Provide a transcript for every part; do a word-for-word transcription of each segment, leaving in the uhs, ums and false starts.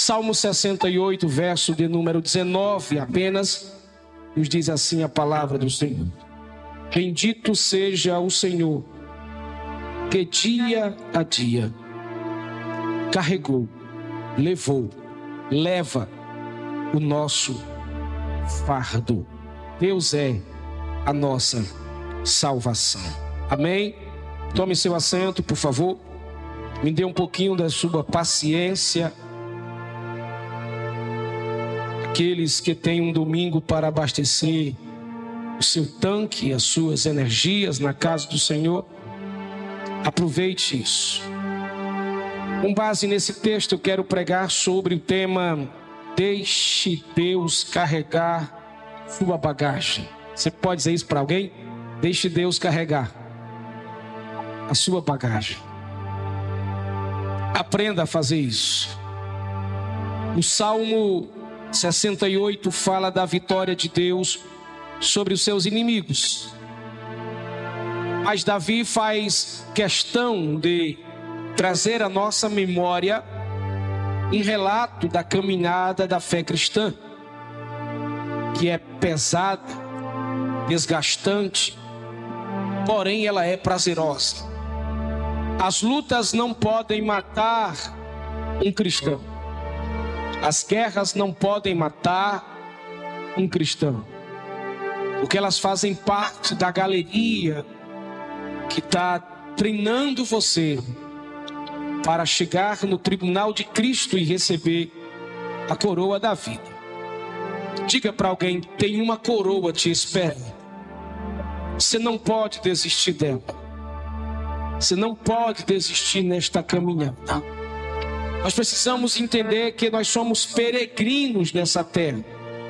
Salmo sessenta e oito, verso de número dezenove, apenas nos diz assim a palavra do Senhor: bendito seja o Senhor, que dia a dia carregou, levou, leva o nosso fardo. Deus é a nossa salvação. Amém? Tome seu assento, por favor. Me dê um pouquinho da sua paciência. Aqueles que têm um domingo para abastecer o seu tanque, as suas energias na casa do Senhor, aproveite isso. Com base nesse texto, eu quero pregar sobre o tema: deixe Deus carregar sua bagagem. Você pode dizer isso para alguém? Deixe Deus carregar a sua bagagem. Aprenda a fazer isso. O Salmo sessenta e oito fala da vitória de Deus sobre os seus inimigos. Mas Davi faz questão de trazer à nossa memória um relato da caminhada da fé cristã, que é pesada, desgastante, porém ela é prazerosa. As lutas não podem matar um cristão. As guerras não podem matar um cristão, porque elas fazem parte da galeria que está treinando você para chegar no tribunal de Cristo e receber a coroa da vida. Diga para alguém: tem uma coroa te esperando. Você não pode desistir dela. Você não pode desistir nesta caminhada. Nós precisamos entender que nós somos peregrinos nessa terra.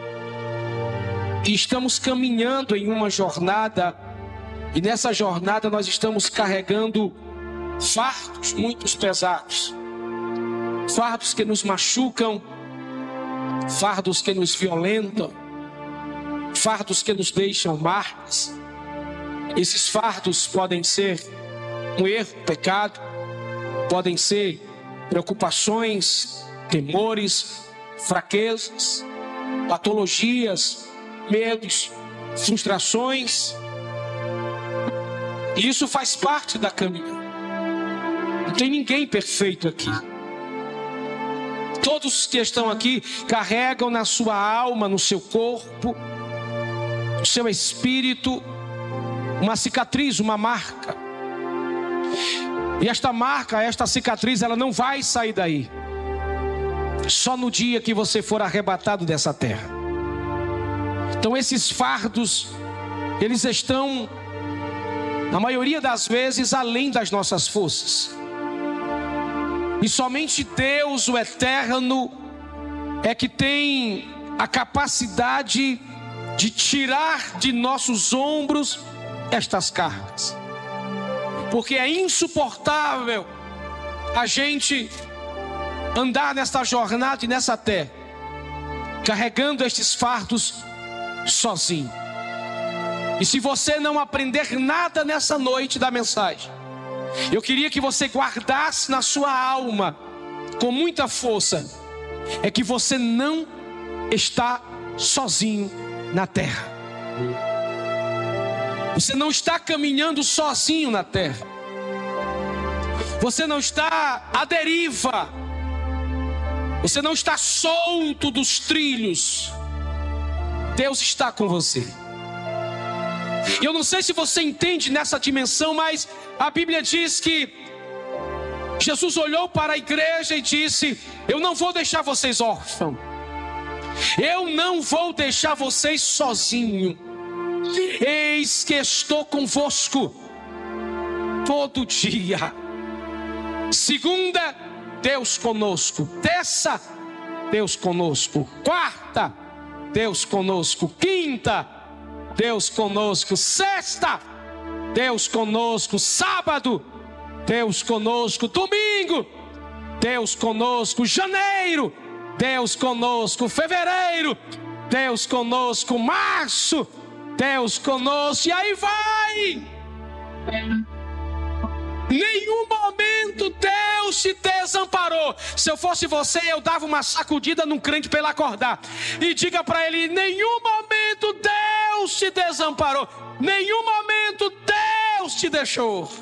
E estamos caminhando em uma jornada. E nessa jornada nós estamos carregando fardos muito pesados. Fardos que nos machucam. Fardos que nos violentam. Fardos que nos deixam marcas. Esses fardos podem ser um erro, pecado. Podem ser preocupações, temores, fraquezas, patologias, medos, frustrações. E isso faz parte da caminhada. Não tem ninguém perfeito aqui. Todos que estão aqui carregam na sua alma, no seu corpo, no seu espírito, uma cicatriz, uma marca. E esta marca, esta cicatriz, ela não vai sair daí. Só no dia que você for arrebatado dessa terra. Então esses fardos, eles estão, na maioria das vezes, além das nossas forças. E somente Deus, o Eterno, é que tem a capacidade de tirar de nossos ombros estas cargas. Porque é insuportável a gente andar nesta jornada e nessa terra, carregando estes fardos sozinho. E se você não aprender nada nessa noite da mensagem, eu queria que você guardasse na sua alma, com muita força, é que você não está sozinho na terra. Você não está caminhando sozinho na terra. Você não está à deriva. Você não está solto dos trilhos. Deus está com você. Eu não sei se você entende nessa dimensão, mas a Bíblia diz que Jesus olhou para a igreja e disse: eu não vou deixar vocês órfãos. Eu não vou deixar vocês sozinhos. Eis que estou convosco todo dia. Segunda, Deus conosco. Terça, Deus conosco. Quarta, Deus conosco. Quinta, Deus conosco. Sexta, Deus conosco. Sábado, Deus conosco. Domingo, Deus conosco. Janeiro, Deus conosco. Fevereiro, Deus conosco. Março, Deus conosco. E aí vai. Nenhum momento Deus te desamparou. Se eu fosse você, eu dava uma sacudida num crente para ele acordar. E diga para ele: nenhum momento Deus te desamparou. Nenhum momento Deus te deixou.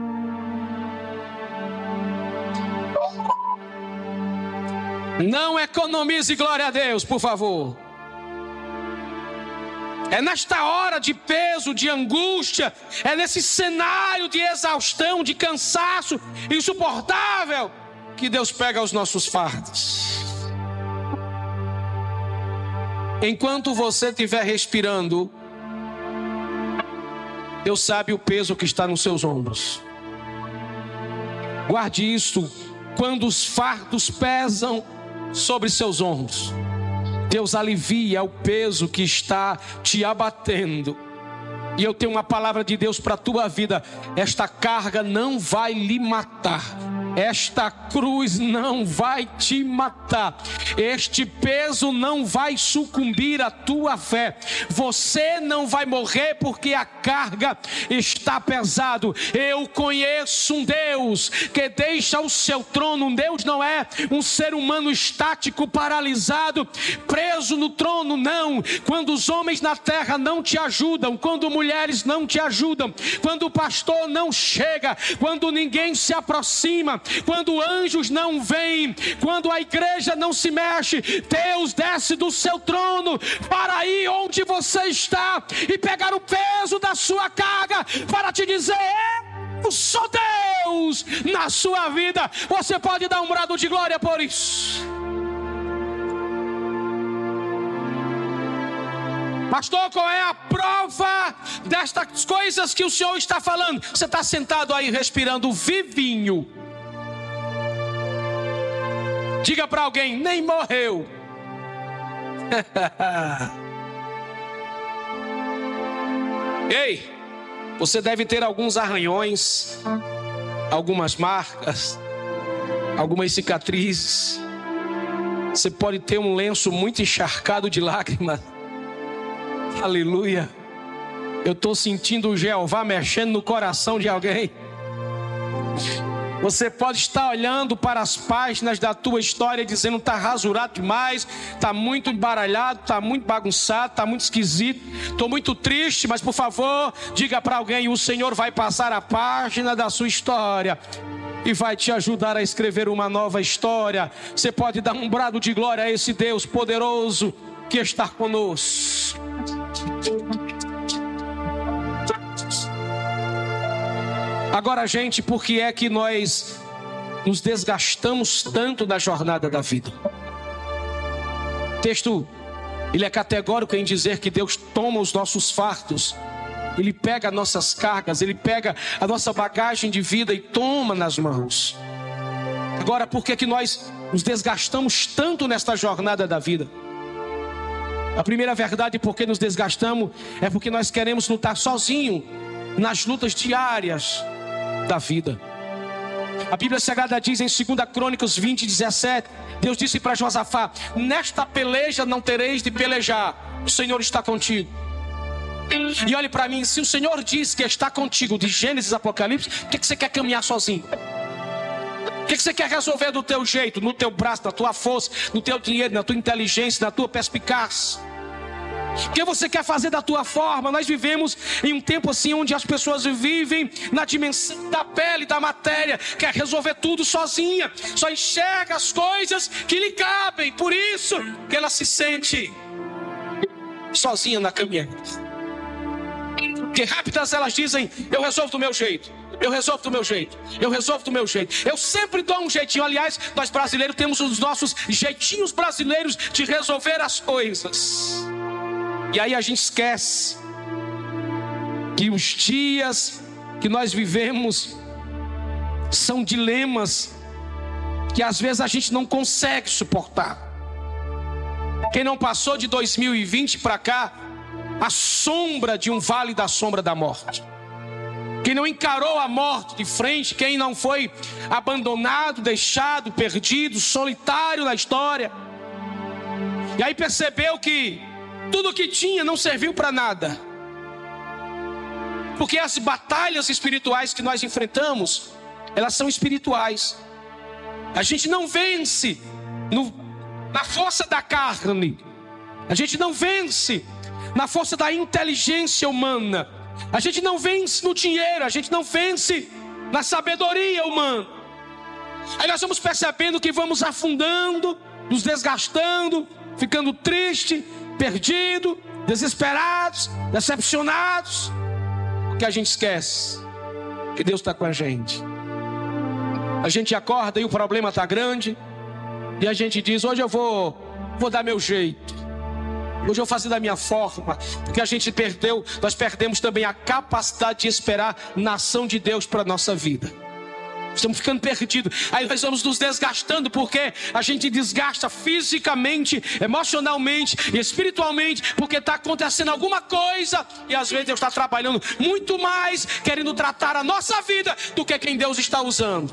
Não economize glória a Deus, por favor. É nesta hora de peso, de angústia, é nesse cenário de exaustão, de cansaço insuportável, que Deus pega os nossos fardos. Enquanto você estiver respirando, Deus sabe o peso que está nos seus ombros. Guarde isso. Quando os fardos pesam sobre seus ombros, Deus alivia o peso que está te abatendo. E eu tenho uma palavra de Deus para a tua vida: esta carga não vai lhe matar. Esta cruz não vai te matar. Este peso não vai sucumbir à tua fé. Você não vai morrer porque a carga está pesado. Eu conheço um Deus que deixa o seu trono. Um Deus não é um ser humano estático, paralisado, preso no trono, não. Quando os homens na terra não te ajudam, quando mulheres não te ajudam, quando o pastor não chega, quando ninguém se aproxima, quando anjos não vêm, quando a igreja não se mexe, Deus desce do seu trono para ir onde você está e pegar o peso da sua carga para te dizer: eu sou Deus na sua vida. Você pode dar um brado de glória por isso. Pastor, qual é a prova destas coisas que o Senhor está falando? Você está sentado aí respirando vivinho. Diga para alguém: nem morreu. Ei, você deve ter alguns arranhões, algumas marcas, algumas cicatrizes. Você pode ter um lenço muito encharcado de lágrimas. Aleluia. Eu estou sentindo o Jeová mexendo no coração de alguém. Você pode estar olhando para as páginas da tua história dizendo: está rasurado demais, está muito embaralhado, está muito bagunçado, está muito esquisito, estou muito triste. Mas por favor, diga para alguém: o Senhor vai passar a página da sua história e vai te ajudar a escrever uma nova história. Você pode dar um brado de glória a esse Deus poderoso que está conosco. Agora, gente, por que é que nós nos desgastamos tanto na jornada da vida? O texto, ele é categórico em dizer que Deus toma os nossos fardos, Ele pega nossas cargas, Ele pega a nossa bagagem de vida e toma nas mãos. Agora, por que é que nós nos desgastamos tanto nesta jornada da vida? A primeira verdade por que nos desgastamos é porque nós queremos lutar sozinho nas lutas diárias da vida. A Bíblia Sagrada diz em segunda Crônicas vinte, dezessete, Deus disse para Josafá: nesta peleja não tereis de pelejar, o Senhor está contigo. E olhe para mim, se o Senhor diz que está contigo de Gênesis a Apocalipse, por que que você quer caminhar sozinho? O que que você quer resolver do teu jeito, no teu braço, na tua força, no teu dinheiro, na tua inteligência, na tua perspicácia? O que você quer fazer da tua forma? Nós vivemos em um tempo assim onde as pessoas vivem na dimensão da pele, da matéria, quer resolver tudo sozinha, só enxerga as coisas que lhe cabem, por isso que ela se sente sozinha na caminhada. Porque rápidas elas dizem: eu resolvo do meu jeito, eu resolvo do meu jeito, eu resolvo do meu jeito, eu sempre dou um jeitinho. Aliás, nós brasileiros temos os nossos jeitinhos brasileiros de resolver as coisas. E aí a gente esquece que os dias que nós vivemos são dilemas que às vezes a gente não consegue suportar. Quem não passou de dois mil e vinte para cá a sombra de um vale da sombra da morte, quem não encarou a morte de frente, quem não foi abandonado, deixado, perdido, solitário na história, e aí percebeu que tudo que tinha não serviu para nada. Porque as batalhas espirituais que nós enfrentamos elas são espirituais. A gente não vence no, na força da carne. A gente não vence na força da inteligência humana. A gente não vence no dinheiro. A gente não vence na sabedoria humana. Aí nós vamos percebendo que vamos afundando, nos desgastando, ficando triste, perdido, desesperados, decepcionados. Porque a gente esquece que Deus está com a gente. A gente acorda e o problema está grande, e a gente diz: hoje eu vou, vou dar meu jeito, hoje eu vou fazer da minha forma. Porque a gente perdeu, nós perdemos também a capacidade de esperar na ação de Deus para a nossa vida. Estamos ficando perdidos. Aí nós vamos nos desgastando, porque a gente desgasta fisicamente, emocionalmente e espiritualmente, porque está acontecendo alguma coisa, e às vezes Deus está trabalhando muito mais, querendo tratar a nossa vida, do que quem Deus está usando.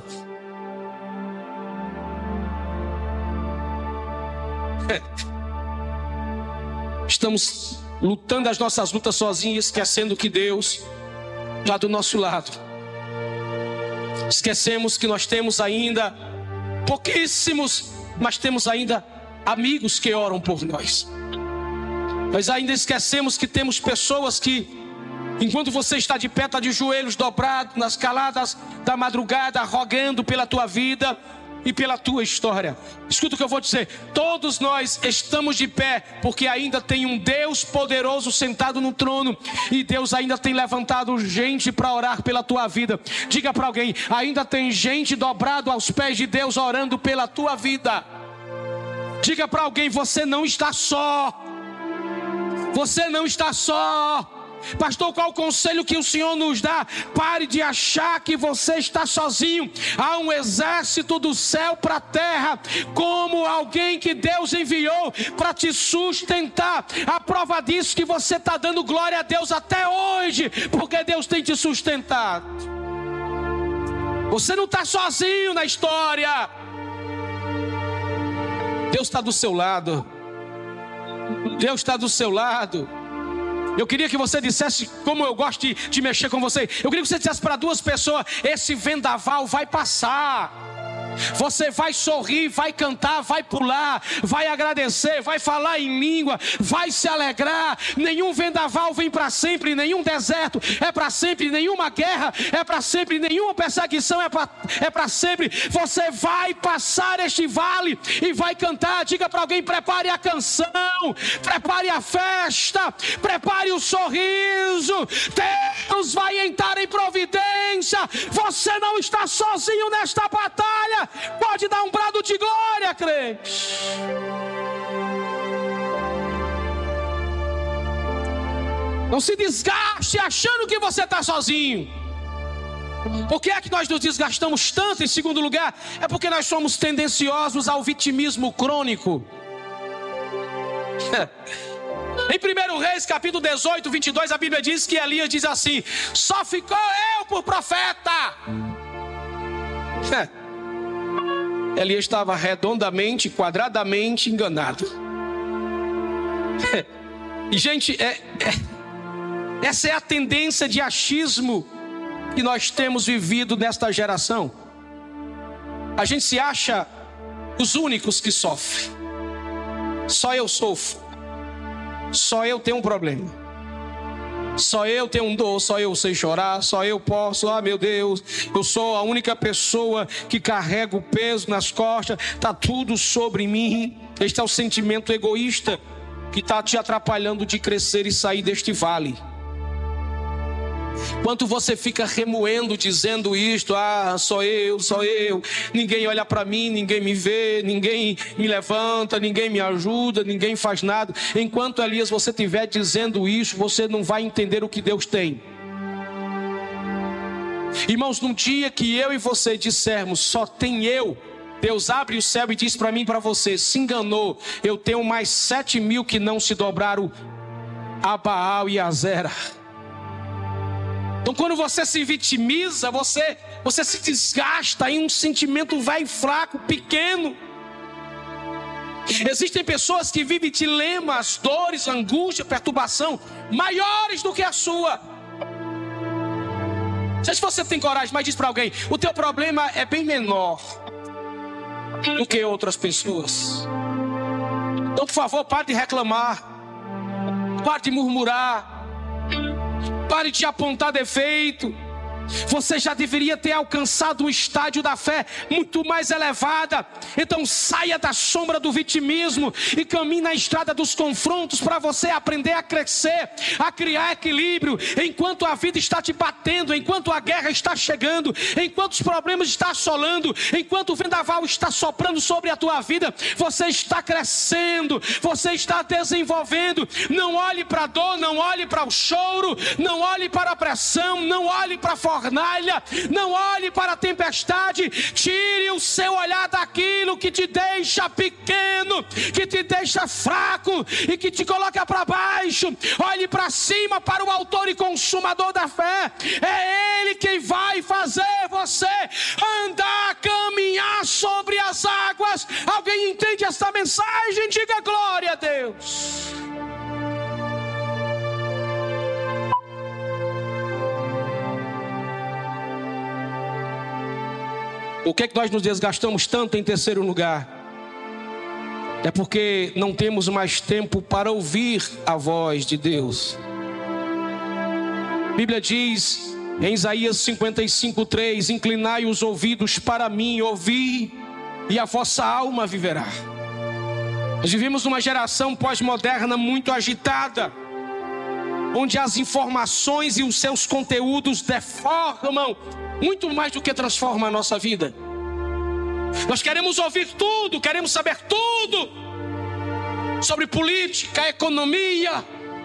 Estamos lutando as nossas lutas sozinhos, esquecendo que Deus está do nosso lado. Esquecemos que nós temos ainda pouquíssimos, mas temos ainda amigos que oram por nós. Nós ainda esquecemos que temos pessoas que, enquanto você está de pé, está de joelhos dobrados nas caladas da madrugada, rogando pela tua vida e pela tua história. Escuta o que eu vou dizer: todos nós estamos de pé porque ainda tem um Deus poderoso sentado no trono, e Deus ainda tem levantado gente para orar pela tua vida. Diga para alguém: ainda tem gente dobrado aos pés de Deus orando pela tua vida. Diga para alguém: você não está só. Você não está só. Pastor, qual o conselho que o Senhor nos dá? Pare de achar que você está sozinho. Há um exército do céu para a terra, como alguém que Deus enviou para te sustentar. A prova disso é que você está dando glória a Deus até hoje, porque Deus tem te sustentado. Você não está sozinho na história. Deus está do seu lado. Deus está do seu lado. Eu queria que você dissesse, como eu gosto de, de mexer com você, eu queria que você dissesse para duas pessoas: esse vendaval vai passar. Você vai sorrir, vai cantar, vai pular, vai agradecer, vai falar em língua, vai se alegrar. Nenhum vendaval vem para sempre, nenhum deserto é para sempre, nenhuma guerra é para sempre, nenhuma perseguição é para é para sempre. Você vai passar este vale e vai cantar. Diga para alguém: prepare a canção, prepare a festa, prepare o sorriso. Deus vai entrar em providência. Você não está sozinho nesta batalha. Pode dar um brado de glória, crente. Não se desgaste achando que você está sozinho. Por que é que nós nos desgastamos tanto? Em segundo lugar, é porque nós somos tendenciosos ao vitimismo crônico. Em primeiro Reis, capítulo dezoito, vinte e dois, a Bíblia diz que Elias diz assim: só ficou eu por profeta. Elias estava redondamente, quadradamente enganado. E gente, é, é, essa é a tendência de achismo que nós temos vivido nesta geração. A gente se acha os únicos que sofrem. Só eu sofro. Só eu tenho um problema. Só eu tenho um dor, só eu sei chorar, só eu posso. Ah, meu Deus, eu sou a única pessoa que carrega o peso nas costas. Está tudo sobre mim. Este é o sentimento egoísta que está te atrapalhando de crescer e sair deste vale. Quanto você fica remoendo, dizendo isto: ah, só eu, só eu, ninguém olha para mim, ninguém me vê, ninguém me levanta, ninguém me ajuda, ninguém faz nada. Enquanto, Elias, você estiver dizendo isso, você não vai entender o que Deus tem. Irmãos, num dia que eu e você dissermos só tem eu, Deus abre o céu e diz para mim e para você: se enganou, eu tenho mais sete mil que não se dobraram a Baal e a Zera. Então, quando você se vitimiza, você, você se desgasta em um sentimento vai fraco, pequeno. Existem pessoas que vivem dilemas, dores, angústia, perturbação maiores do que a sua. sei se você tem coragem, mas diz para alguém: o teu problema é bem menor do que outras pessoas. Então, por favor, pare de reclamar, pare de murmurar, pare de apontar defeito. Você já deveria ter alcançado um estágio da fé muito mais elevada. Então saia da sombra do vitimismo e caminhe na estrada dos confrontos, para você aprender a crescer, a criar equilíbrio. Enquanto a vida está te batendo, enquanto a guerra está chegando, enquanto os problemas estão assolando, enquanto o vendaval está soprando sobre a tua vida, você está crescendo, você está desenvolvendo. Não olhe para a dor, não olhe para o choro, não olhe para a pressão, não olhe para a fornalha, não olhe para a tempestade. Tire o seu olhar daquilo que te deixa pequeno, que te deixa fraco e que te coloca para baixo. Olhe para cima, para o autor e consumador da fé. É Ele quem vai fazer você andar, caminhar sobre as águas. Alguém entende essa mensagem? Diga glória a Deus. O que é que nós nos desgastamos tanto em terceiro lugar? É porque não temos mais tempo para ouvir a voz de Deus. A Bíblia diz em Isaías cinquenta e cinco, três: inclinai os ouvidos para mim, ouvi, e a vossa alma viverá. Nós vivemos numa geração pós-moderna muito agitada, onde as informações e os seus conteúdos deformam muito mais do que transforma a nossa vida. Nós queremos ouvir tudo, queremos saber tudo sobre política, economia,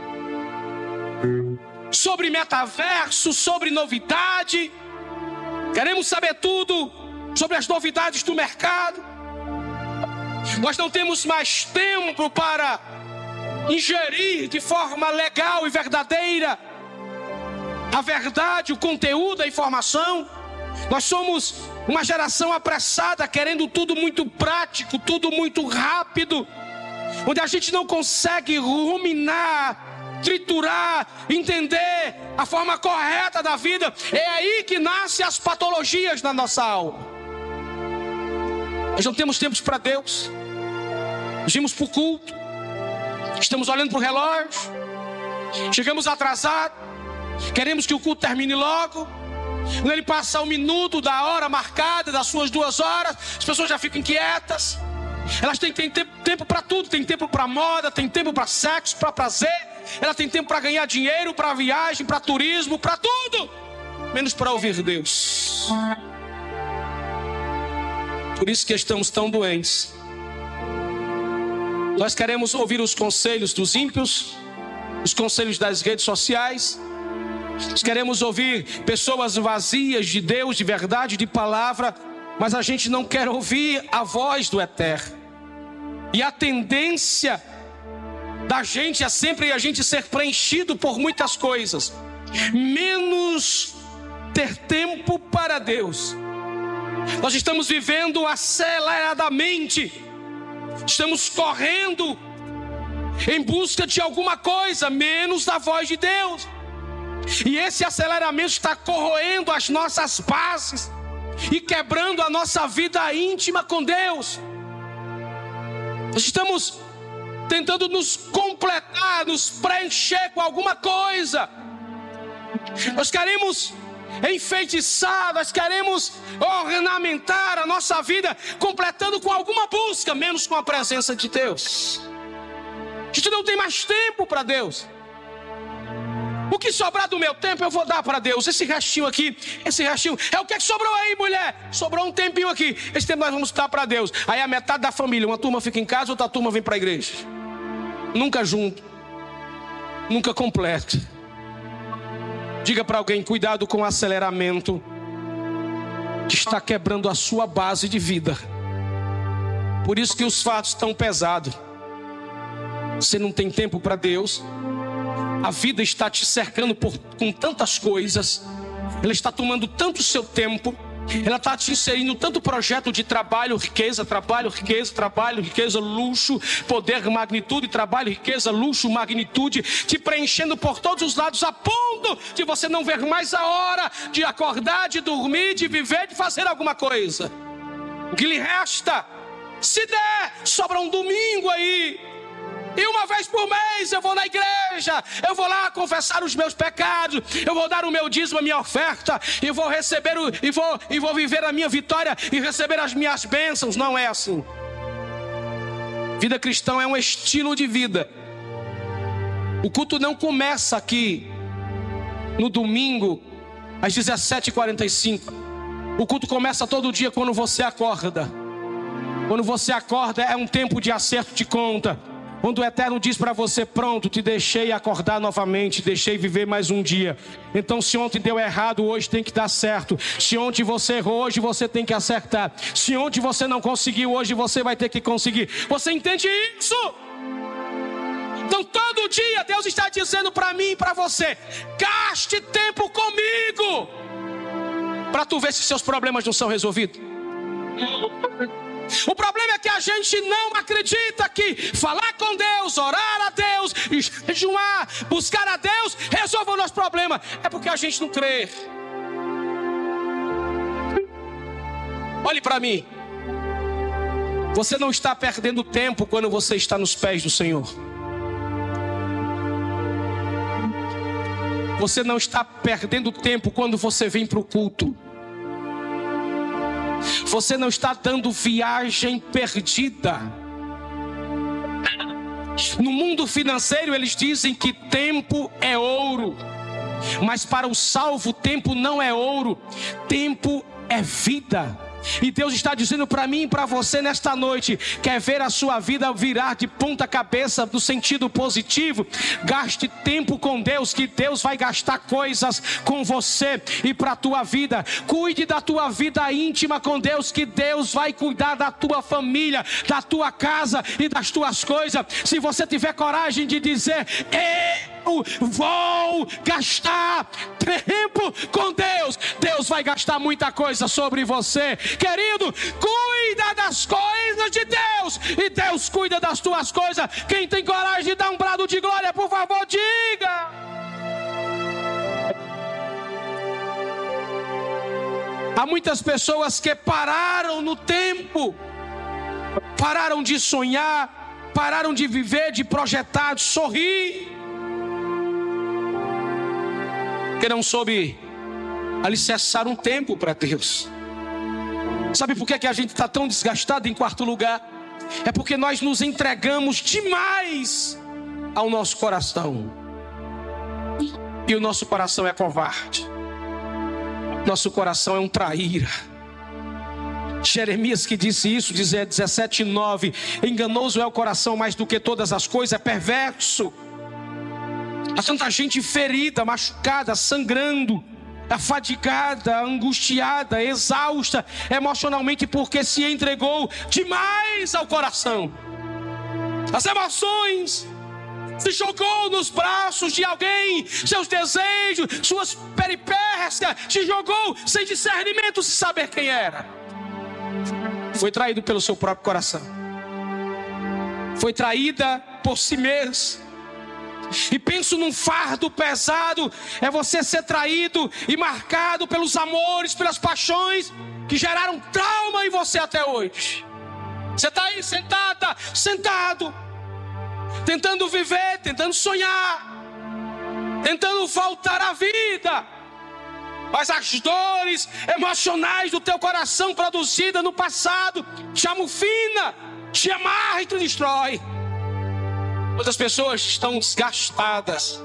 sobre metaverso, sobre novidade. Queremos saber tudo sobre as novidades do mercado. Nós não temos mais tempo para ingerir de forma legal e verdadeira a verdade, o conteúdo, a informação. Nós somos uma geração apressada, querendo tudo muito prático, tudo muito rápido, onde a gente não consegue ruminar, triturar, entender a forma correta da vida. É aí que nascem as patologias na nossa alma. Nós não temos tempo para Deus. Nós vimos para o culto, estamos olhando para o relógio, chegamos atrasados, queremos que o culto termine logo. Quando ele passa um minuto da hora marcada, das suas duas horas, as pessoas já ficam inquietas. Elas têm, têm tempo, tempo para tudo. Tem tempo para moda, tem tempo para sexo, para prazer. Ela tem tempo para ganhar dinheiro, para viagem, para turismo, para tudo, menos para ouvir Deus. Por isso que estamos tão doentes. Nós queremos ouvir os conselhos dos ímpios, os conselhos das redes sociais. Nós queremos ouvir pessoas vazias de Deus, de verdade, de palavra, mas a gente não quer ouvir a voz do Eterno. E a tendência da gente é sempre a gente ser preenchido por muitas coisas, menos ter tempo para Deus. Nós estamos vivendo aceleradamente, estamos correndo em busca de alguma coisa, menos da voz de Deus. E esse aceleramento está corroendo as nossas bases e quebrando a nossa vida íntima com Deus. Nós estamos tentando nos completar, nos preencher com alguma coisa. Nós queremos enfeitiçar, nós queremos ornamentar a nossa vida, completando com alguma busca, menos com a presença de Deus. A gente não tem mais tempo para Deus. O que sobrar do meu tempo eu vou dar para Deus. Esse restinho aqui, esse restinho, é o que sobrou aí, mulher. Sobrou um tempinho aqui. Esse tempo nós vamos dar para Deus. Aí a metade da família, uma turma fica em casa, outra turma vem para a igreja. Nunca junto, nunca completo. Diga para alguém: cuidado com o aceleramento que está quebrando a sua base de vida. Por isso que os fatos estão pesados. Você não tem tempo para Deus. A vida está te cercando por, com tantas coisas. Ela está tomando tanto seu tempo. Ela está te inserindo tanto projeto de trabalho, riqueza, trabalho, riqueza, trabalho, riqueza, luxo, poder, magnitude, trabalho, riqueza, luxo, magnitude, te preenchendo por todos os lados a ponto de você não ver mais a hora de acordar, de dormir, de viver, de fazer alguma coisa. O que lhe resta, se der, sobra um domingo aí. E uma vez por mês eu vou na igreja, eu vou lá confessar os meus pecados, eu vou dar o meu dízimo, a minha oferta, e vou receber o, e vou, e vou viver a minha vitória e receber as minhas bênçãos. Não é assim. Vida cristã é um estilo de vida. O culto não começa aqui no domingo às dezessete e quarenta e cinco. O culto começa todo dia quando você acorda. Quando você acorda é um tempo de acerto de conta. Quando o Eterno diz para você: pronto, te deixei acordar novamente, deixei viver mais um dia. Então, se ontem deu errado, hoje tem que dar certo. Se ontem você errou, hoje você tem que acertar. Se ontem você não conseguiu, hoje você vai ter que conseguir. Você entende isso? Então, todo dia Deus está dizendo para mim e para você: gaste tempo comigo, para tu ver se seus problemas não são resolvidos. O problema é que a gente não acredita que falar com Deus, orar a Deus, jejuar, buscar a Deus, resolva o nosso problema. É porque a gente não crê. Olhe para mim. Você não está perdendo tempo quando você está nos pés do Senhor. Você não está perdendo tempo quando você vem para o culto. Você não está dando viagem perdida. No mundo financeiro eles dizem que tempo é ouro, mas para o salvo tempo não é ouro, tempo é vida. E Deus está dizendo para mim e para você nesta noite: quer ver a sua vida virar de ponta cabeça no sentido positivo? Gaste tempo com Deus, que Deus vai gastar coisas com você e para a tua vida. Cuide da tua vida íntima com Deus, que Deus vai cuidar da tua família, da tua casa e das tuas coisas. Se você tiver coragem de dizer: eu vou gastar tempo com Deus, Deus vai gastar muita coisa sobre você. Querido, cuida das coisas de Deus e Deus cuida das tuas coisas. Quem tem coragem de dar um brado de glória, por favor, diga. Há muitas pessoas que pararam no tempo, pararam de sonhar, pararam de viver, de projetar, de sorrir, que não soube alicerçar um tempo para Deus. Sabe por que, que a gente está tão desgastado? Em quarto lugar, é porque nós nos entregamos demais ao nosso coração. E o nosso coração é covarde. Nosso coração é um traíra. Jeremias que disse isso, dizia dezessete, nove: enganoso é o coração mais do que todas as coisas, é perverso. Há tanta gente ferida, machucada, sangrando, afadigada, angustiada, exausta emocionalmente, porque se entregou demais ao coração. As emoções, se jogou nos braços de alguém, seus desejos, suas peripécias, se jogou sem discernimento, sem saber quem era. Foi traído pelo seu próprio coração. Foi traída por si mesmo. E penso num fardo pesado, é você ser traído e marcado pelos amores, pelas paixões que geraram trauma em você até hoje. Você está aí sentada, sentado, tentando viver, tentando sonhar, tentando voltar à vida, mas as dores emocionais do teu coração produzidas no passado te amofina, te amarra e te destrói. Muitas pessoas estão desgastadas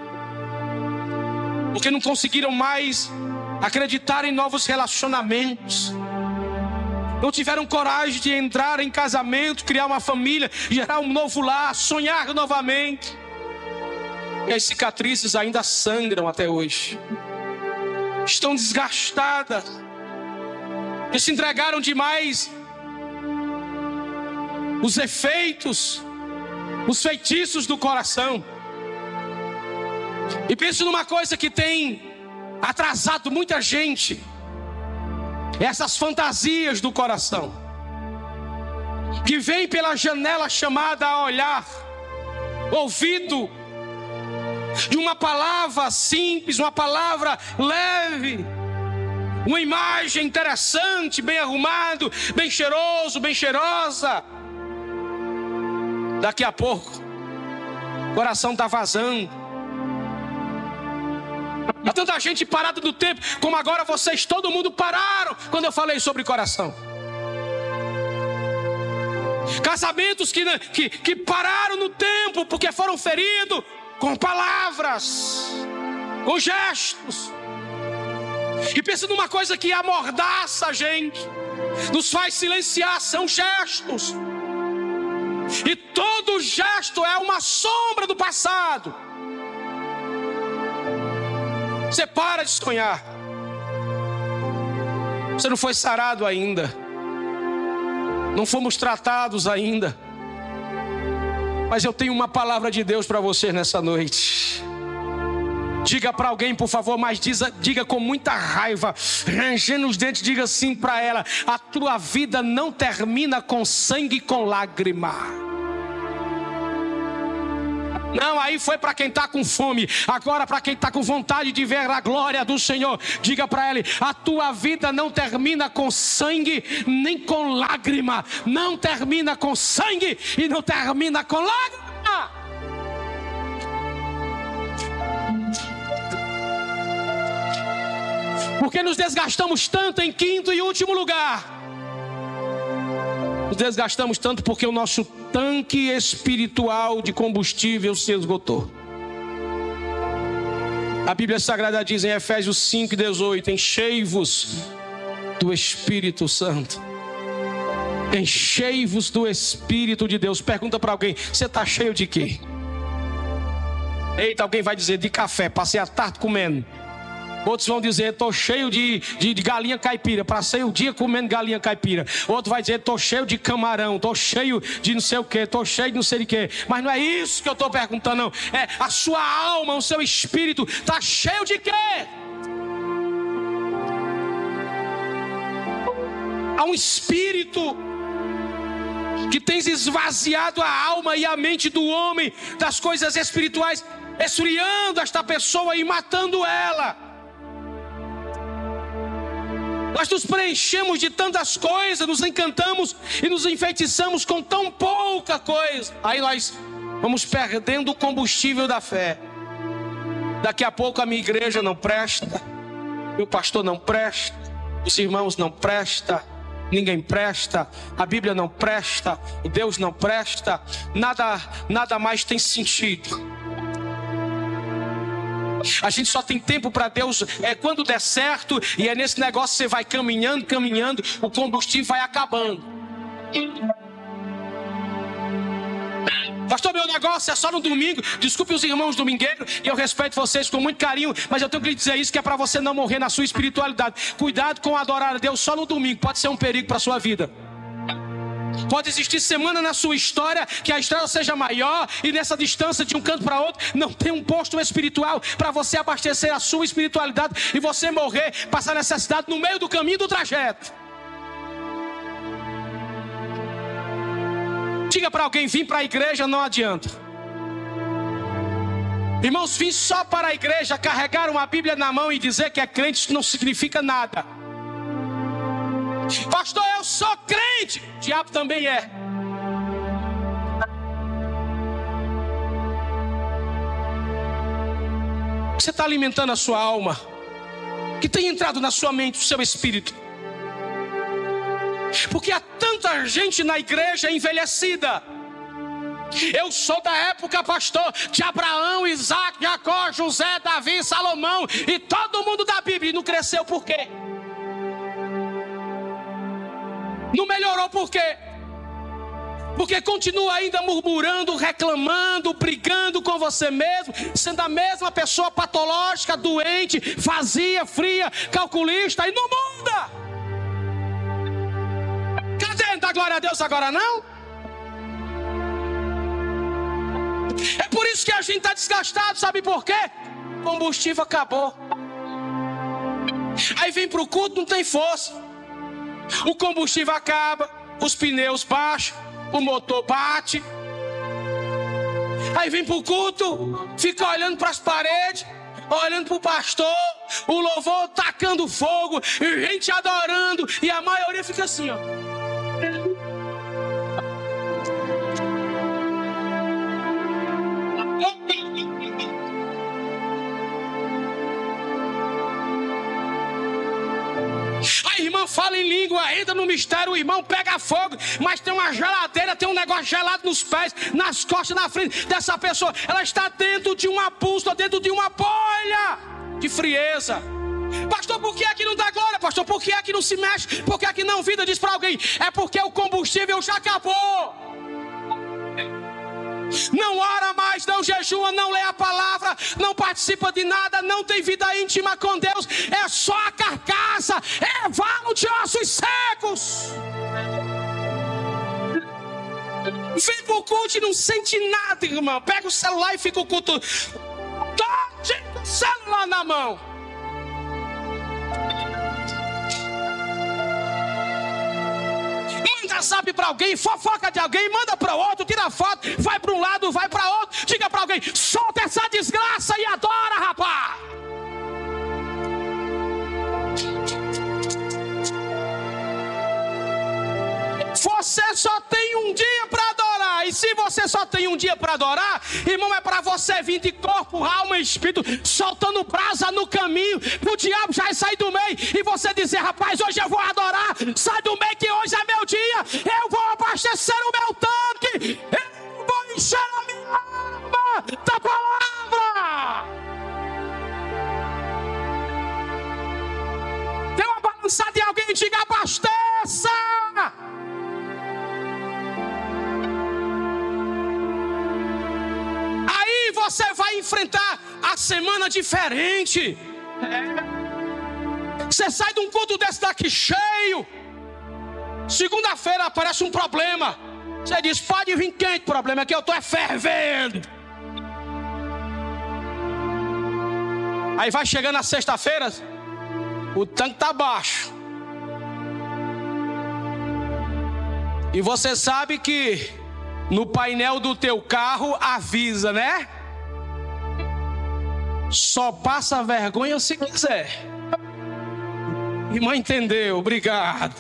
porque não conseguiram mais acreditar em novos relacionamentos. Não tiveram coragem de entrar em casamento, criar uma família, gerar um novo lar, sonhar novamente. E as cicatrizes ainda sangram até hoje. Estão desgastadas e se entregaram demais os efeitos, os feitiços do coração. E penso numa coisa que tem atrasado muita gente: essas fantasias do coração, que vem pela janela chamada olhar, ouvido, de uma palavra simples, uma palavra leve, uma imagem interessante, bem arrumado, bem cheiroso, bem cheirosa. Daqui a pouco, o coração está vazando. Há tanta gente parada no tempo, como agora vocês, todo mundo pararam quando eu falei sobre coração. Casamentos que, que, que pararam no tempo porque foram feridos com palavras, com gestos. E pensa numa coisa que amordaça a gente, nos faz silenciar, são gestos. E todo gesto é uma sombra do passado. Você para de sonhar. Você não foi sarado ainda. Não fomos tratados ainda. Mas eu tenho uma palavra de Deus para você nessa noite. Diga para alguém, por favor, mas diga, diga com muita raiva, rangendo os dentes, diga assim para ela: a tua vida não termina com sangue e com lágrima. Não, aí foi para quem está com fome. Agora para quem está com vontade de ver a glória do Senhor, diga para ele: a tua vida não termina com sangue nem com lágrima. Não termina com sangue e não termina com lágrima. Porque nos desgastamos tanto, em quinto e último lugar, nos desgastamos tanto porque o nosso tanque espiritual de combustível se esgotou. A Bíblia Sagrada diz em Efésios cinco, dezoito: enchei-vos do Espírito Santo. Enchei-vos do Espírito de Deus. Pergunta para alguém: você está cheio de quê? Eita, alguém vai dizer: de café, passei a tarde comendo. Outros vão dizer: estou cheio de, de, de galinha caipira, passei o dia comendo galinha caipira. Outro vai dizer: estou cheio de camarão, estou cheio de não sei o que, estou cheio de não sei de que. Mas não é isso que eu estou perguntando, não. É a sua alma, o seu espírito está cheio de quê? Há um espírito que tem esvaziado a alma e a mente do homem das coisas espirituais, esfriando esta pessoa e matando ela. Nós nos preenchemos de tantas coisas, nos encantamos e nos enfeitiçamos com tão pouca coisa. Aí nós vamos perdendo o combustível da fé. Daqui a pouco a minha igreja não presta, meu pastor não presta, os irmãos não prestam, ninguém presta, a Bíblia não presta, Deus não presta, nada, nada mais tem sentido. A gente só tem tempo para Deus é quando der certo, e é nesse negócio que você vai caminhando, caminhando, o combustível vai acabando. Pastor, meu negócio é só no domingo. Desculpe os irmãos domingueiros, e eu respeito vocês com muito carinho, mas eu tenho que lhe dizer isso, que é para você não morrer na sua espiritualidade. Cuidado com adorar a Deus só no domingo, pode ser um perigo para a sua vida. Pode existir semana na sua história que a estrada seja maior, e nessa distância de um canto para outro não tem um posto espiritual para você abastecer a sua espiritualidade e você morrer, passar necessidade no meio do caminho do trajeto. Diga para alguém: vir para a igreja não adianta. Irmãos, vir só para a igreja, carregar uma Bíblia na mão e dizer que é crente, isso não significa nada. Pastor, eu sou crente. O diabo também é. Você está alimentando a sua alma, que tem entrado na sua mente, o seu espírito. Porque há tanta gente na igreja envelhecida. Eu sou da época, pastor, de Abraão, Isaac, Jacó, José, Davi, Salomão e todo mundo da Bíblia. E não cresceu por quê? Não melhorou por quê? Porque continua ainda murmurando, reclamando, brigando com você mesmo, sendo a mesma pessoa patológica, doente, vazia, fria, calculista, e não muda. Cadê? Dá glória a Deus agora não? É por isso que a gente está desgastado, sabe por quê? O combustível acabou. Aí vem para o culto, não tem força. O combustível acaba, os pneus baixam, o motor bate. Aí vem pro culto, fica olhando para as paredes, olhando pro pastor, o louvor tacando fogo, e gente adorando, e a maioria fica assim, ó. A irmã fala em língua, entra no mistério, o irmão pega fogo, mas tem uma geladeira, tem um negócio gelado nos pés, nas costas, na frente dessa pessoa. Ela está dentro de uma bússola, dentro de uma bolha de frieza. Pastor, por que é que não dá glória? Pastor, por que é que não se mexe? Por que é que não vida? Diz para alguém, é porque o combustível já acabou. Não ora mais, não jejua, não lê a palavra, não participa de nada, não tem vida íntima com Deus, é só a carcaça, é valo de ossos secos. Vem pro culto e não sente nada, irmão. Pega o celular e fica o culto todo com o celular na mão. Manda zap para alguém, fofoca de alguém, manda para outro, tira foto, vai para um lado, vai para outro, diga para alguém, solta essa desgraça e adora, rapaz. Você só tem um dia para adorar, e se você só tem um dia para adorar, irmão, é para você vir de corpo, alma e espírito, soltando brasa no caminho, o diabo já sai do meio, e você dizer, rapaz, hoje eu vou adorar, sai do meio que hoje é meu dia, eu vou abastecer o meu tanque, eu vou encher a minha alma da palavra. Tem uma balançada de alguém, diga, abasteça. Aí você vai enfrentar a semana diferente. Você sai de um culto desse daqui cheio, segunda-feira aparece um problema. Você diz, pode vir quente, o problema é que eu estou fervendo. Aí vai chegando na sexta-feira, o tanque está baixo. E você sabe que no painel do teu carro avisa, né? Só passa vergonha se quiser. Irmã entendeu, obrigado.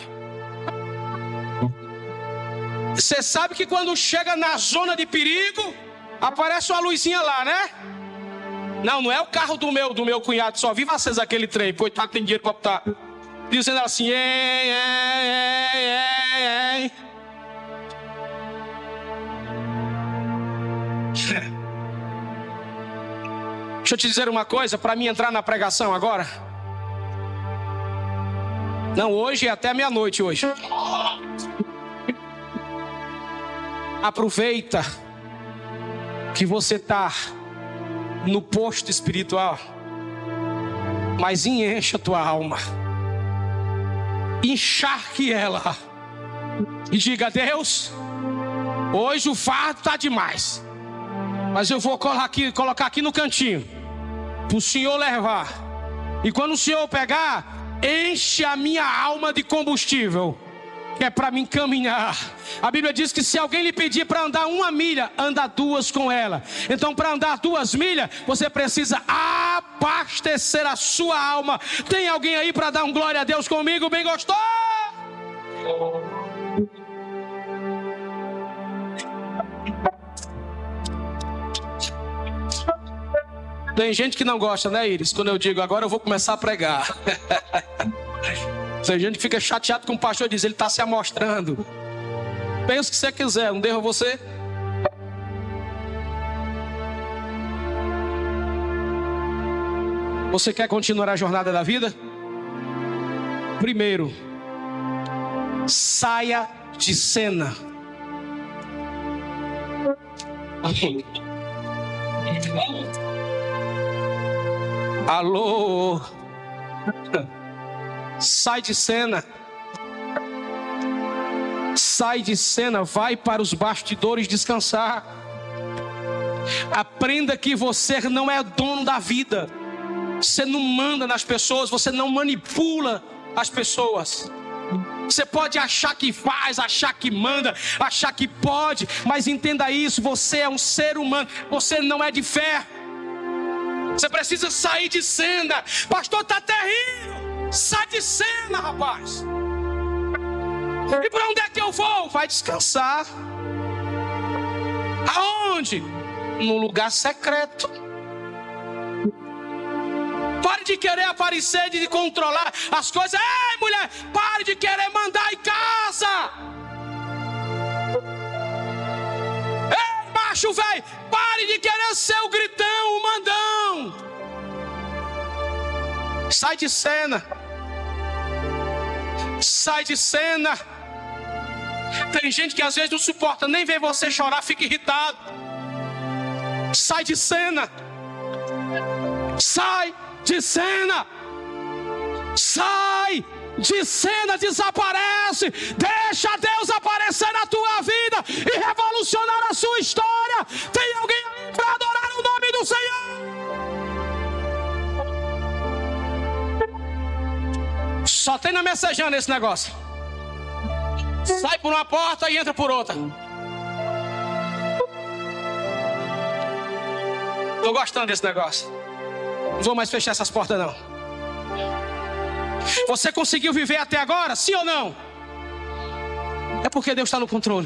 Você sabe que quando chega na zona de perigo, aparece uma luzinha lá, né? Não, não é o carro do meu, do meu cunhado, só viva acesa aquele trem, coitado, tem dinheiro para botar. Dizendo assim, ei, ei, ei, ei, ei. Deixa eu te dizer uma coisa, para mim entrar na pregação agora. Não, hoje é até meia-noite hoje. Aproveita que você está no posto espiritual, mas enche a tua alma, encharque ela e diga, Deus, hoje o fardo está demais, mas eu vou colocar aqui, colocar aqui no cantinho para o Senhor levar, e quando o Senhor pegar, enche a minha alma de combustível, que é para me caminhar. A Bíblia diz que se alguém lhe pedir para andar uma milha, anda duas com ela. Então, para andar duas milhas, você precisa abastecer a sua alma. Tem alguém aí para dar um glória a Deus comigo? Bem gostou? Tem gente que não gosta, né, Iris? Quando eu digo, agora eu vou começar a pregar. Tem gente que fica chateado com o pastor e diz, ele está se amostrando. Pensa o que você quiser, não devo você. Você quer continuar a jornada da vida? Primeiro, saia de cena. Alô? Sai de cena. Sai de cena, vai para os bastidores descansar. Aprenda que você não é dono da vida. Você não manda nas pessoas, você não manipula as pessoas. Você pode achar que faz, achar que manda, achar que pode, mas entenda isso, você é um ser humano, você não é de ferro. Você precisa sair de cena. Pastor, está terrível. Sai de cena, rapaz. E para onde é que eu vou? Vai descansar. Aonde? No lugar secreto. Pare de querer aparecer, de controlar as coisas. Ei, mulher, pare de querer mandar em casa. Ei, macho velho, pare de querer ser o gritão, o mandão. Sai de cena. Sai de cena. Tem gente que às vezes não suporta nem ver você chorar, fica irritado. Sai de cena. Sai de cena. Sai de cena, desaparece. Deixa Deus aparecer na tua vida e revolucionar a sua história. Tem alguém aí para adorar o nome do Senhor? Só tem na mensagem esse negócio. Sai por uma porta e entra por outra. Estou gostando desse negócio. Não vou mais fechar essas portas não. Você conseguiu viver até agora? Sim ou não? É porque Deus está no controle.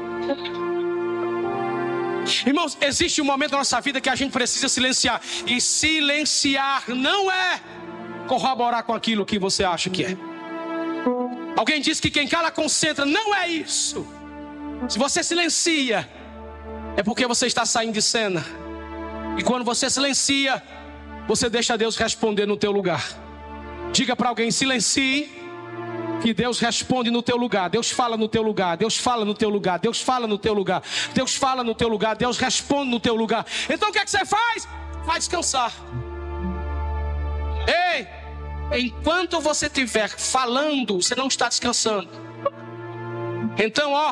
Irmãos, existe um momento na nossa vida que a gente precisa silenciar. E silenciar não é corroborar com aquilo que você acha que é. Alguém disse que quem cala concentra. Não é isso. Se você silencia, é porque você está saindo de cena. E quando você silencia, você deixa Deus responder no teu lugar. Diga para alguém, silencie, que Deus responde no teu lugar. Deus fala no teu lugar. Deus fala no teu lugar. Deus fala no teu lugar. Deus fala no teu lugar. Deus responde no teu lugar. Então o que é que você faz? Vai descansar. Ei, enquanto você estiver falando, você não está descansando. Então, ó,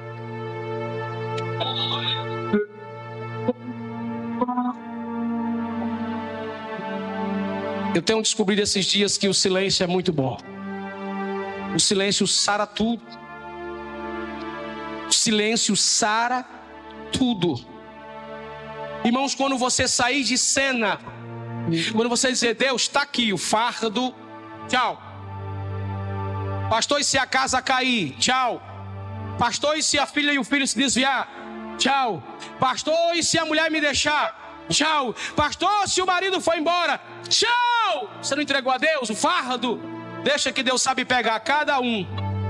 eu tenho descobrido esses dias que o silêncio é muito bom. O silêncio sara tudo. O silêncio sara tudo. Irmãos, quando você sair de cena, quando você dizer, Deus, está aqui o fardo, tchau. Pastor, e se a casa cair? Tchau. Pastor, e se a filha e o filho se desviar? Tchau. Pastor, e se a mulher me deixar? Tchau. Pastor, se o marido foi embora? Tchau. Você não entregou a Deus o fardo? Deixa que Deus sabe pegar cada um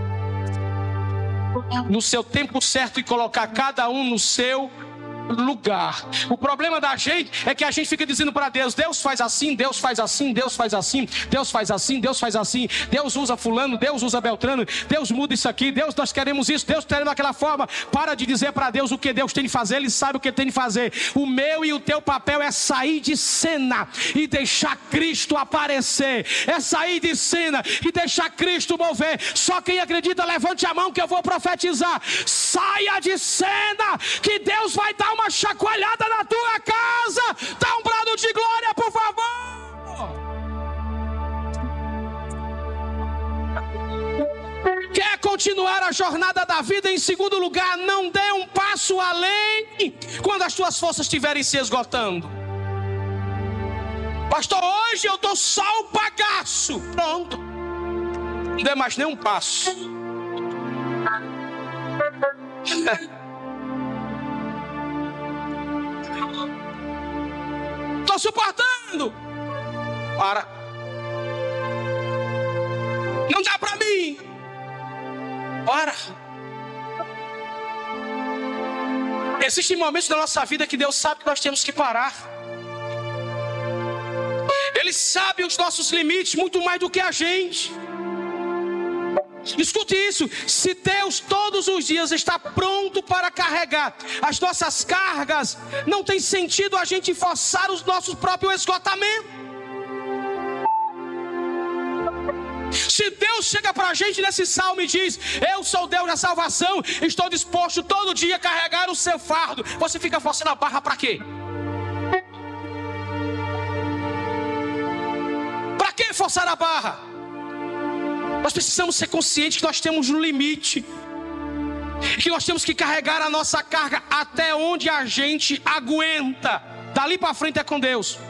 no seu tempo certo e colocar cada um no seu lugar. O problema da gente é que a gente fica dizendo para Deus, Deus faz assim, Deus faz assim, Deus faz assim, Deus faz assim, Deus faz assim, Deus usa fulano, Deus usa Beltrano, Deus muda isso aqui, Deus, nós queremos isso, Deus queremos daquela forma. Para de dizer para Deus o que Deus tem de fazer, Ele sabe o que tem de fazer. O meu e o teu papel é sair de cena e deixar Cristo aparecer, é sair de cena e deixar Cristo mover. Só quem acredita, levante a mão que eu vou profetizar. Saia de cena, que Deus vai dar uma chacoalhada na tua casa. Dá um brado de glória, por favor. Quer continuar a jornada da vida? Em segundo lugar, não dê um passo além quando as tuas forças estiverem se esgotando. Pastor, hoje eu estou só o bagaço. Pronto, não dê mais nenhum passo. Estou suportando. Para. Não dá para mim. Para. Existem momentos da nossa vida que Deus sabe que nós temos que parar. Ele sabe os nossos limites muito mais do que a gente. Escute isso, se Deus todos os dias está pronto para carregar as nossas cargas, não tem sentido a gente forçar o nosso próprio esgotamento. Se Deus chega para a gente nesse salmo e diz, eu sou Deus da salvação, estou disposto todo dia a carregar o seu fardo, você fica forçando a barra para quê? Para que forçar a barra? Nós precisamos ser conscientes que nós temos um limite, que nós temos que carregar a nossa carga até onde a gente aguenta. Dali para frente é com Deus.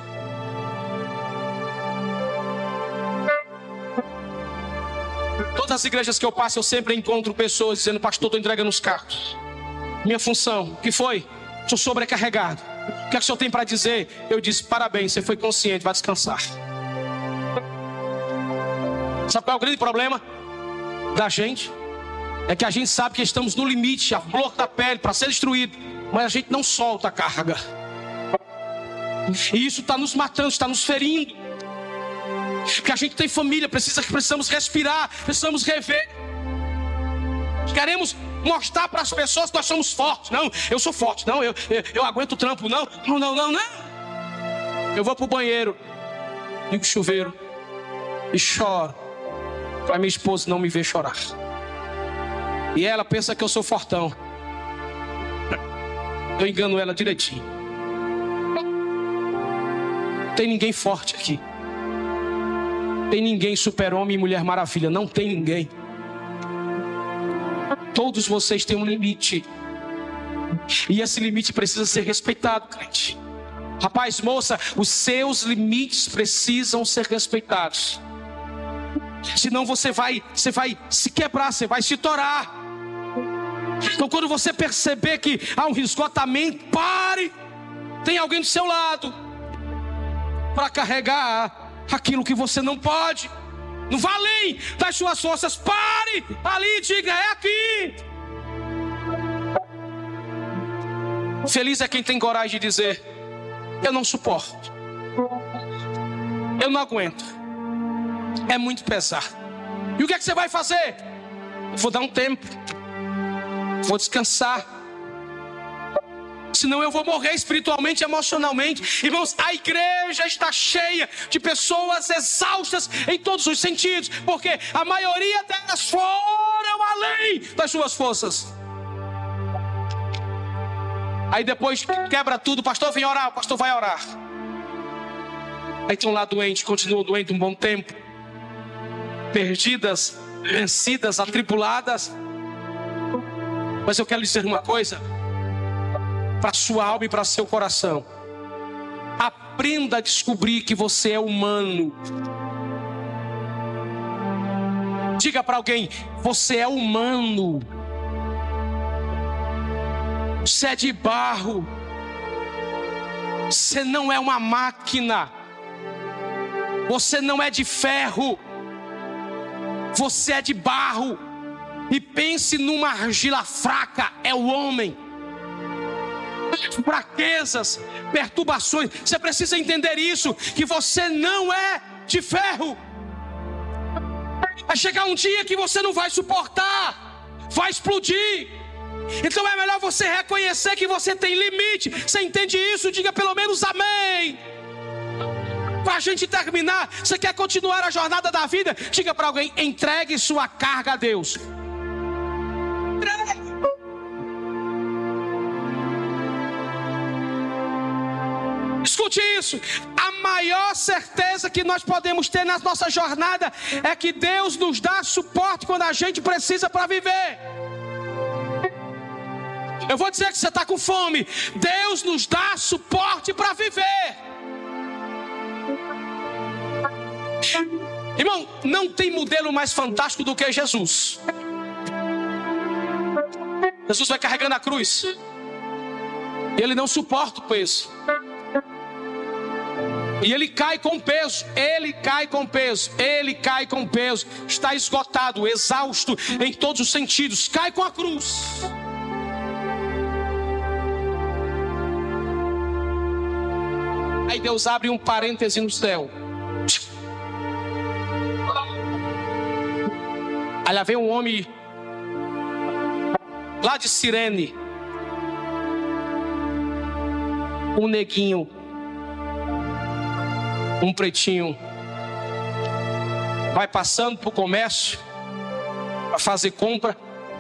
Todas as igrejas que eu passo, eu sempre encontro pessoas dizendo: pastor, estou entregando os carros. Minha função, o que foi? Estou sobrecarregado. O que é que o senhor tem para dizer? Eu disse: parabéns, você foi consciente, vai descansar. Sabe qual é o grande problema da gente? É que a gente sabe que estamos no limite, a flor da pele, para ser destruído, mas a gente não solta a carga. E isso está nos matando, está nos ferindo. Porque a gente tem família, precisa, precisamos respirar, precisamos rever. Queremos mostrar para as pessoas que nós somos fortes. Não, eu sou forte. Não, eu, eu, eu aguento o trampo. Não, não, não, não, não. Eu vou para o banheiro, ligo o chuveiro e choro para minha esposa não me ver chorar. E ela pensa que eu sou fortão. Eu engano ela direitinho. Não tem ninguém forte aqui. Não tem ninguém super-homem e mulher maravilha. Não tem ninguém. Todos vocês têm um limite. E esse limite precisa ser respeitado, crente. Rapaz, moça, os seus limites precisam ser respeitados. Senão você vai, você vai se quebrar, você vai se torar. Então quando você perceber que há um esgotamento, pare. Tem alguém do seu lado para carregar aquilo que você não pode. Não vá além das suas forças. Pare ali, diga: é aqui. Feliz é quem tem coragem de dizer: eu não suporto, eu não aguento, é muito pesado. E o que é que você vai fazer? Eu vou dar um tempo, vou descansar, senão eu vou morrer espiritualmente e emocionalmente. Irmãos, a igreja está cheia de pessoas exaustas em todos os sentidos, porque a maioria delas foram além das suas forças. Aí depois quebra tudo: pastor, vem orar, o pastor vai orar. Aí estão lá doentes, continuam doentes um bom tempo, perdidas, vencidas, atribuladas. Mas eu quero lhe dizer uma coisa, para sua alma e para seu coração: aprenda a descobrir que você é humano. Diga para alguém: você é humano. Você é de barro. Você não é uma máquina. Você não é de ferro. Você é de barro. E pense numa argila fraca. É o homem. Fraquezas, perturbações. Você precisa entender isso, que você não é de ferro. Vai chegar um dia que você não vai suportar, vai explodir. Então é melhor você reconhecer que você tem limite. Você entende isso? Diga pelo menos amém. Para a gente terminar, você quer continuar a jornada da vida? Diga para alguém: entregue sua carga a Deus. Entregue. Escute isso: a maior certeza que nós podemos ter na nossa jornada é que Deus nos dá suporte quando a gente precisa para viver. Eu vou dizer que você está com fome. Deus nos dá suporte para viver. Irmão, não tem modelo mais fantástico do que Jesus. Jesus vai carregando a cruz. Ele não suporta o peso. E ele cai com peso, ele cai com peso, ele cai com peso. Está esgotado, exausto em todos os sentidos. Cai com a cruz. Aí Deus abre um parêntese no céu. Aí lá vem um homem lá de Cirene, um neguinho, um pretinho, vai passando para o comércio para fazer compra,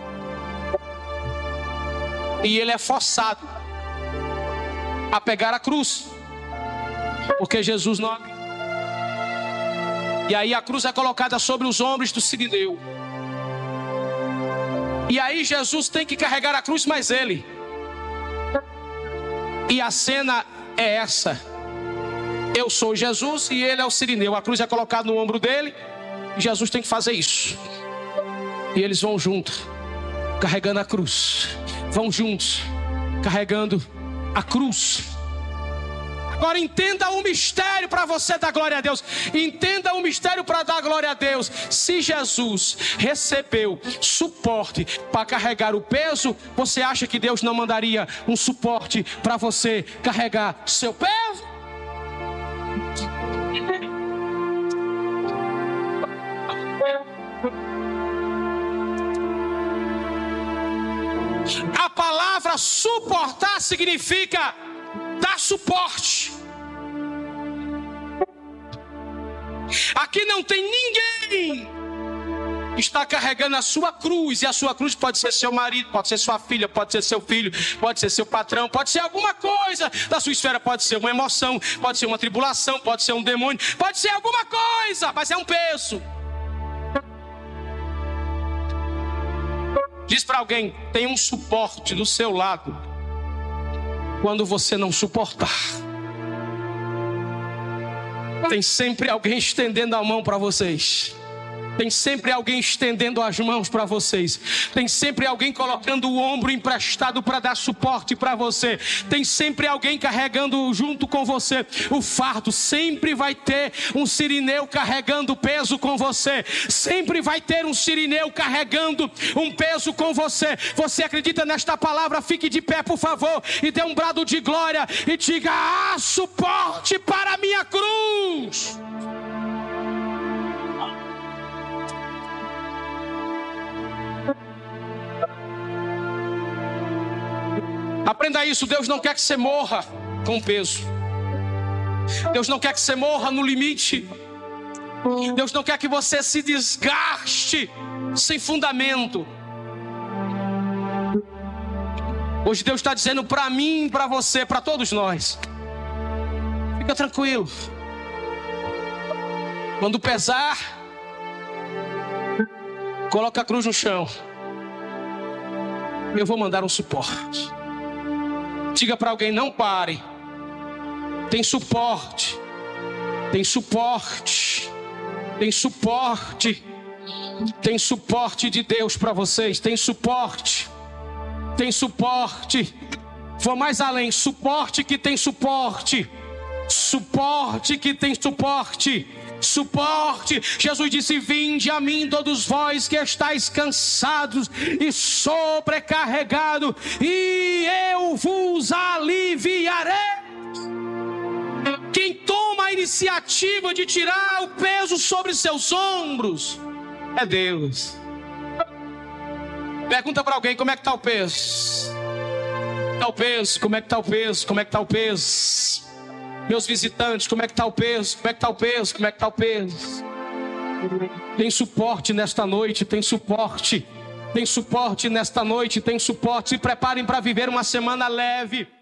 e ele é forçado a pegar a cruz, porque Jesus não. E aí a cruz é colocada sobre os ombros do sirineu. E aí Jesus tem que carregar a cruz, mas ele. E a cena é essa. Eu sou Jesus e ele é o sirineu. A cruz é colocada no ombro dele e Jesus tem que fazer isso. E eles vão juntos, carregando a cruz. Vão juntos, carregando a cruz. Agora entenda o mistério para você dar glória a Deus. Entenda o mistério para dar glória a Deus. Se Jesus recebeu suporte para carregar o peso, você acha que Deus não mandaria um suporte para você carregar seu peso? A palavra suportar significa dar suporte. Aqui não tem ninguém que está carregando a sua cruz. E a sua cruz pode ser seu marido, pode ser sua filha, pode ser seu filho, pode ser seu patrão, pode ser alguma coisa da sua esfera. Pode ser uma emoção, pode ser uma tribulação, pode ser um demônio, pode ser alguma coisa, mas é um peso. Diz para alguém: tem um suporte do seu lado quando você não suportar. Tem sempre alguém estendendo a mão para vocês. Tem sempre alguém estendendo as mãos para vocês. Tem sempre alguém colocando o ombro emprestado para dar suporte para você. Tem sempre alguém carregando junto com você o fardo. Sempre vai ter um sirineu carregando peso com você. Sempre vai ter um sirineu carregando um peso com você. Você acredita nesta palavra? Fique de pé, por favor, e dê um brado de glória e diga: há suporte para a minha cruz. Aprenda isso. Deus não quer que você morra com peso. Deus não quer que você morra no limite. Deus não quer que você se desgaste sem fundamento. Hoje Deus está dizendo para mim, para você, para todos nós: fica tranquilo. Quando pesar, coloca a cruz no chão. Eu vou mandar um suporte. Diga para alguém: não pare. Tem suporte. Tem suporte. Tem suporte. Tem suporte de Deus para vocês. Tem suporte. Tem suporte. Vou mais além. Suporte que tem suporte. Suporte que tem suporte. Suporte. Jesus disse: vinde a mim todos vós que estáis cansados e sobrecarregados, e eu vos aliviarei. Quem toma a iniciativa de tirar o peso sobre seus ombros é Deus. Pergunta para alguém: como é que está o peso? Está o peso? Como é que está o peso? Como é que está o peso? Meus visitantes, como é que está o peso? Como é que está o peso? Como é que está o peso? Tem suporte nesta noite, tem suporte. Tem suporte nesta noite, tem suporte. Se preparem para viver uma semana leve.